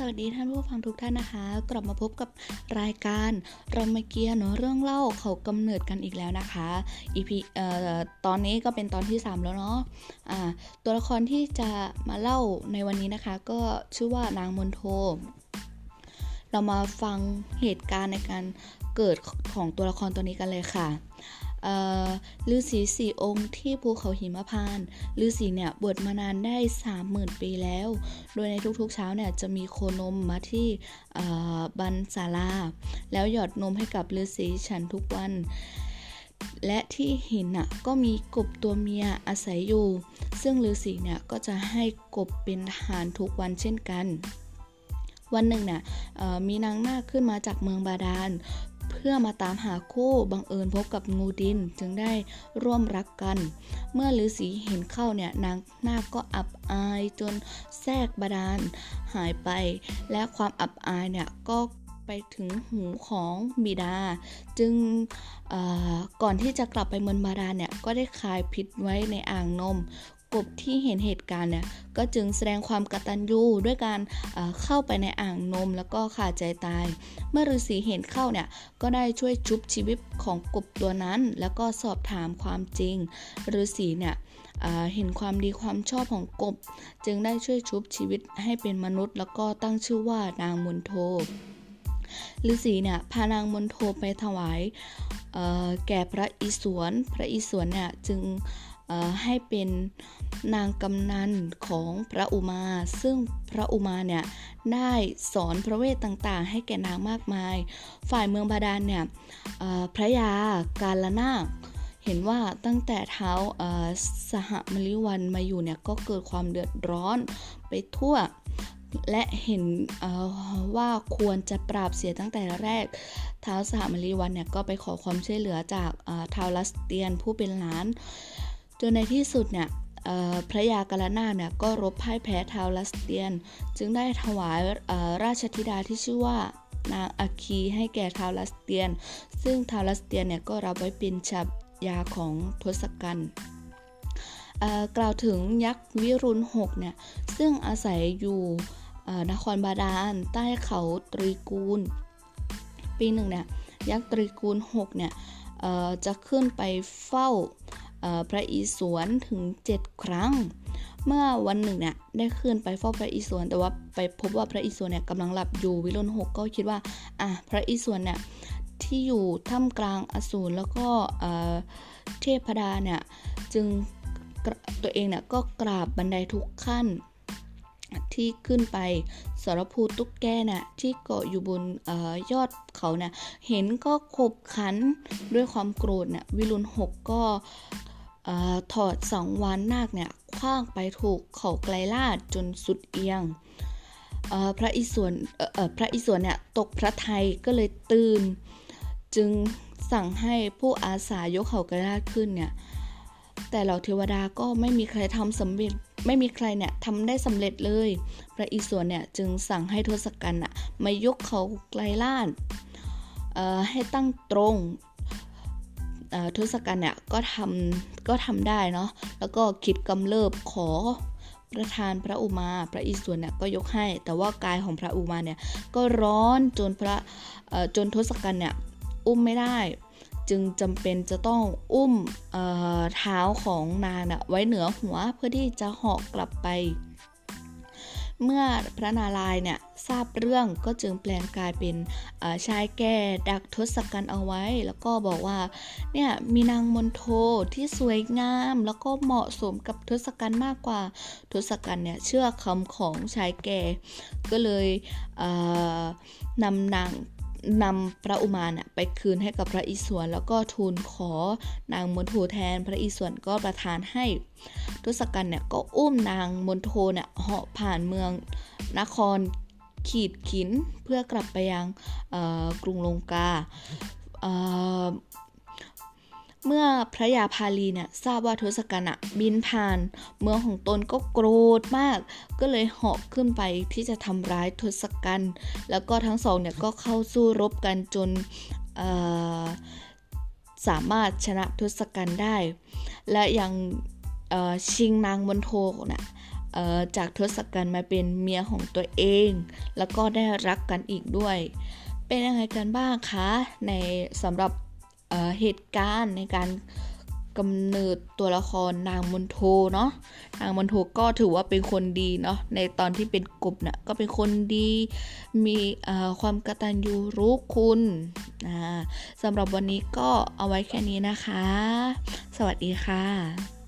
วัสดีท่านผู้ฟังทุกท่านนะคะกลับมาพบกับรายการรามเกียรติ์เรื่องเล่าเขากำเนิดกันอีกแล้วนะคะ EP ตอนนี้ก็เป็นตอนที่3แล้วเนาะตัวละครที่จะมาเล่าในวันนี้นะคะก็ชื่อว่านางมนโทเรามาฟังเหตุการณ์ในการเกิดของตัวละครตัวนี้กันเลยค่ะฤาษี4องค์ที่ภูเขาหิมพานต์ฤาษีเนี่ยบวชมานานได้ 30,000 ปีแล้วโดยในทุกๆเช้าเนี่ยจะมีโคนมมาที่บันศาลาแล้วหยอดนมให้กับฤาษีฉันทุกวันและที่หินน่ะก็มีกบตัวเมียอาศัยอยู่ซึ่งฤาษีเนี่ยก็จะให้กบเป็นอาหารทุกวันเช่นกันวันหนึ่งเนี่ยมีนางนาคขึ้นมาจากเมืองบาดาลเพื่อมาตามหาคู่บังเอิญพบกับงูดินจึงได้ร่วมรักกันเมื่อฤาษีเห็นเข้าเนี่ยนางนาคก็อับอายจนแทรกบาดาลหายไปและความอับอายเนี่ยก็ไปถึงหูของบิดาจึงก่อนที่จะกลับไปเมืองบาดาลเนี่ยก็ได้คายพิษไว้ในอ่างนมกบที่เห็นเหตุการณ์เนี่ยก็จึงแสดงความกตัญญูด้วยการเข้าไปในอ่างนมแล้วก็ขาดใจตายเมื่อฤาษีเห็นเข้าเนี่ยก็ได้ช่วยชุบชีวิตของกบตัวนั้นแล้วก็สอบถามความจริงฤาษีเนี่ยเห็นความดีความชอบของกบจึงได้ช่วยชุบชีวิตให้เป็นมนุษย์แล้วก็ตั้งชื่อว่านางมนโทฤาษีเนี่ยพานางมนโทไปถวายแก่พระอิศวรเนี่ยจึงให้เป็นนางกำนันของพระอุมาซึ่งพระอุมาเนี่ยได้สอนพระเวทต่างๆให้แก่นางมากมายฝ่ายเมืองบาดาลเนี่ยพระยากาลนาคเห็นว่าตั้งแต่เท้าสหมลิวันมาอยู่เนี่ยก็เกิดความเดือดร้อนไปทั่วและเห็นว่าควรจะปราบเสียตั้งแต่แรกท้าวสหมลิวันเนี่ยก็ไปขอความช่วยเหลือจากท้าวลัสเตียนผู้เป็นหลานจนในที่สุดเนี่ยพระยากาลนาคเนี่ยก็รบพ่ายแพ้ท้าวลัสเตียนจึงได้ถวายราชธิดาที่ชื่อว่านางอัคคีให้แก่ท้าวลัสเตียนซึ่งท้าวลัสเตียนเนี่ยก็รับไว้เป็นฉายาของทศกัณฐ์กล่าวถึงยักษ์วิรุณ6เนี่ยซึ่งอาศัยอยู่นครบาดาลใต้เขาตรีกูลปีหนึ่งเนี่ยยักษ์ตรีกูล6เนี่ยจะขึ้นไปเฝ้าพระอิศวรถึง7 ครั้งเมื่อวันหนึ่งเนี่ยได้ขึ้นไปเฝ้าพระอิศวรแต่ว่าไปพบว่าพระอิศวรเนี่ยกำลังหลับอยู่วิรุณ6ก็คิดว่าพระอิศวรเนี่ยที่อยู่ท่ามกลางอสูรแล้วก็เทพดาเนี่ยจึงตัวเองเนี่ยก็กราบบันไดทุกขั้นที่ขึ้นไปสรภูตุ๊กแกเนี่ยที่เกาะอยู่บนยอดเขาเนี่ยเห็นก็ขบขันด้วยความโกรธเนี่ยวิรุณ6ก็ถอดสังวาลนาคเนี่ยขว้างไปถูกเขาไกลลาดจนสุดเอียงพระอิศวรเนี่ยตกพระทัยก็เลยตื่นจึงสั่งให้ผู้อาสายกเขาไกลลาดขึ้นเนี่ยแต่เหล่าเทวดาก็ไม่มีใครทำสำเร็จไม่มีใครเนี่ยทำได้สำเร็จเลยพระอิศวรเนี่ยจึงสั่งให้ทศกัณฐ์มายกเขาไกลลาดให้ตั้งตรงทศกัณฐ์เนี่ยก็ทำได้เนาะแล้วก็คิดกำเริบขอประทานพระอุมาพระอิศวรเนี่ยก็ยกให้แต่ว่ากายของพระอุมาเนี่ยก็ร้อนจนทศกัณฐ์เนี่ยอุ้มไม่ได้จึงจำเป็นจะต้องอุ้มเท้าของนางไว้เหนือหัวเพื่อที่จะเหาะกลับไปเมื่อพระนารายณ์เนี่ยทราบเรื่องก็จึงแปลงกายเป็นชายแก่ดักทศกัณฐ์เอาไว้แล้วก็บอกว่าเนี่ยมีนางมนโทที่สวยงามแล้วก็เหมาะสมกับทศกัณฐ์มากกว่าทศกัณฐ์เนี่ยเชื่อคำของชายแก่ก็เลยนำพระอุมาเนี่ยไปคืนให้กับพระอิศวรแล้วก็ทูลขอนางมนโทแทนพระอิศวรก็ประทานให้ทศกัณฐ์เนี่ยก็อุ้มนางมนโทเนี่ยเหาะผ่านเมืองนครขีดขินเพื่อกลับไปยังกรุงลงกาเมื่อพระยาพาลีเนี่ยทราบว่าทศกัณฐ์บินผ่านเมืองของตนก็โกรธมากก็เลยเหาะขึ้นไปที่จะทำร้ายทศกัณฐ์แล้วก็ทั้งสองเนี่ยก็เข้าสู้รบกันจนสามารถชนะทศกัณฐ์ได้และยังชิงนางมนโทเนี่ยจากทศกัณฐ์มาเป็นเมียของตัวเอง แล้วก็ได้รักกันอีกด้วย เป็นยังไงกันบ้างคะในสำหรับเหตุการณ์ในการกำเนิดตัวละครนางมณโฑเนาะนางมณโฑก็ถือว่าเป็นคนดีเนาะในตอนที่เป็นกบเนี่ยก็เป็นคนดีมีความกตัญญูรู้คุณสำหรับวันนี้ก็เอาไว้แค่นี้นะคะสวัสดีค่ะ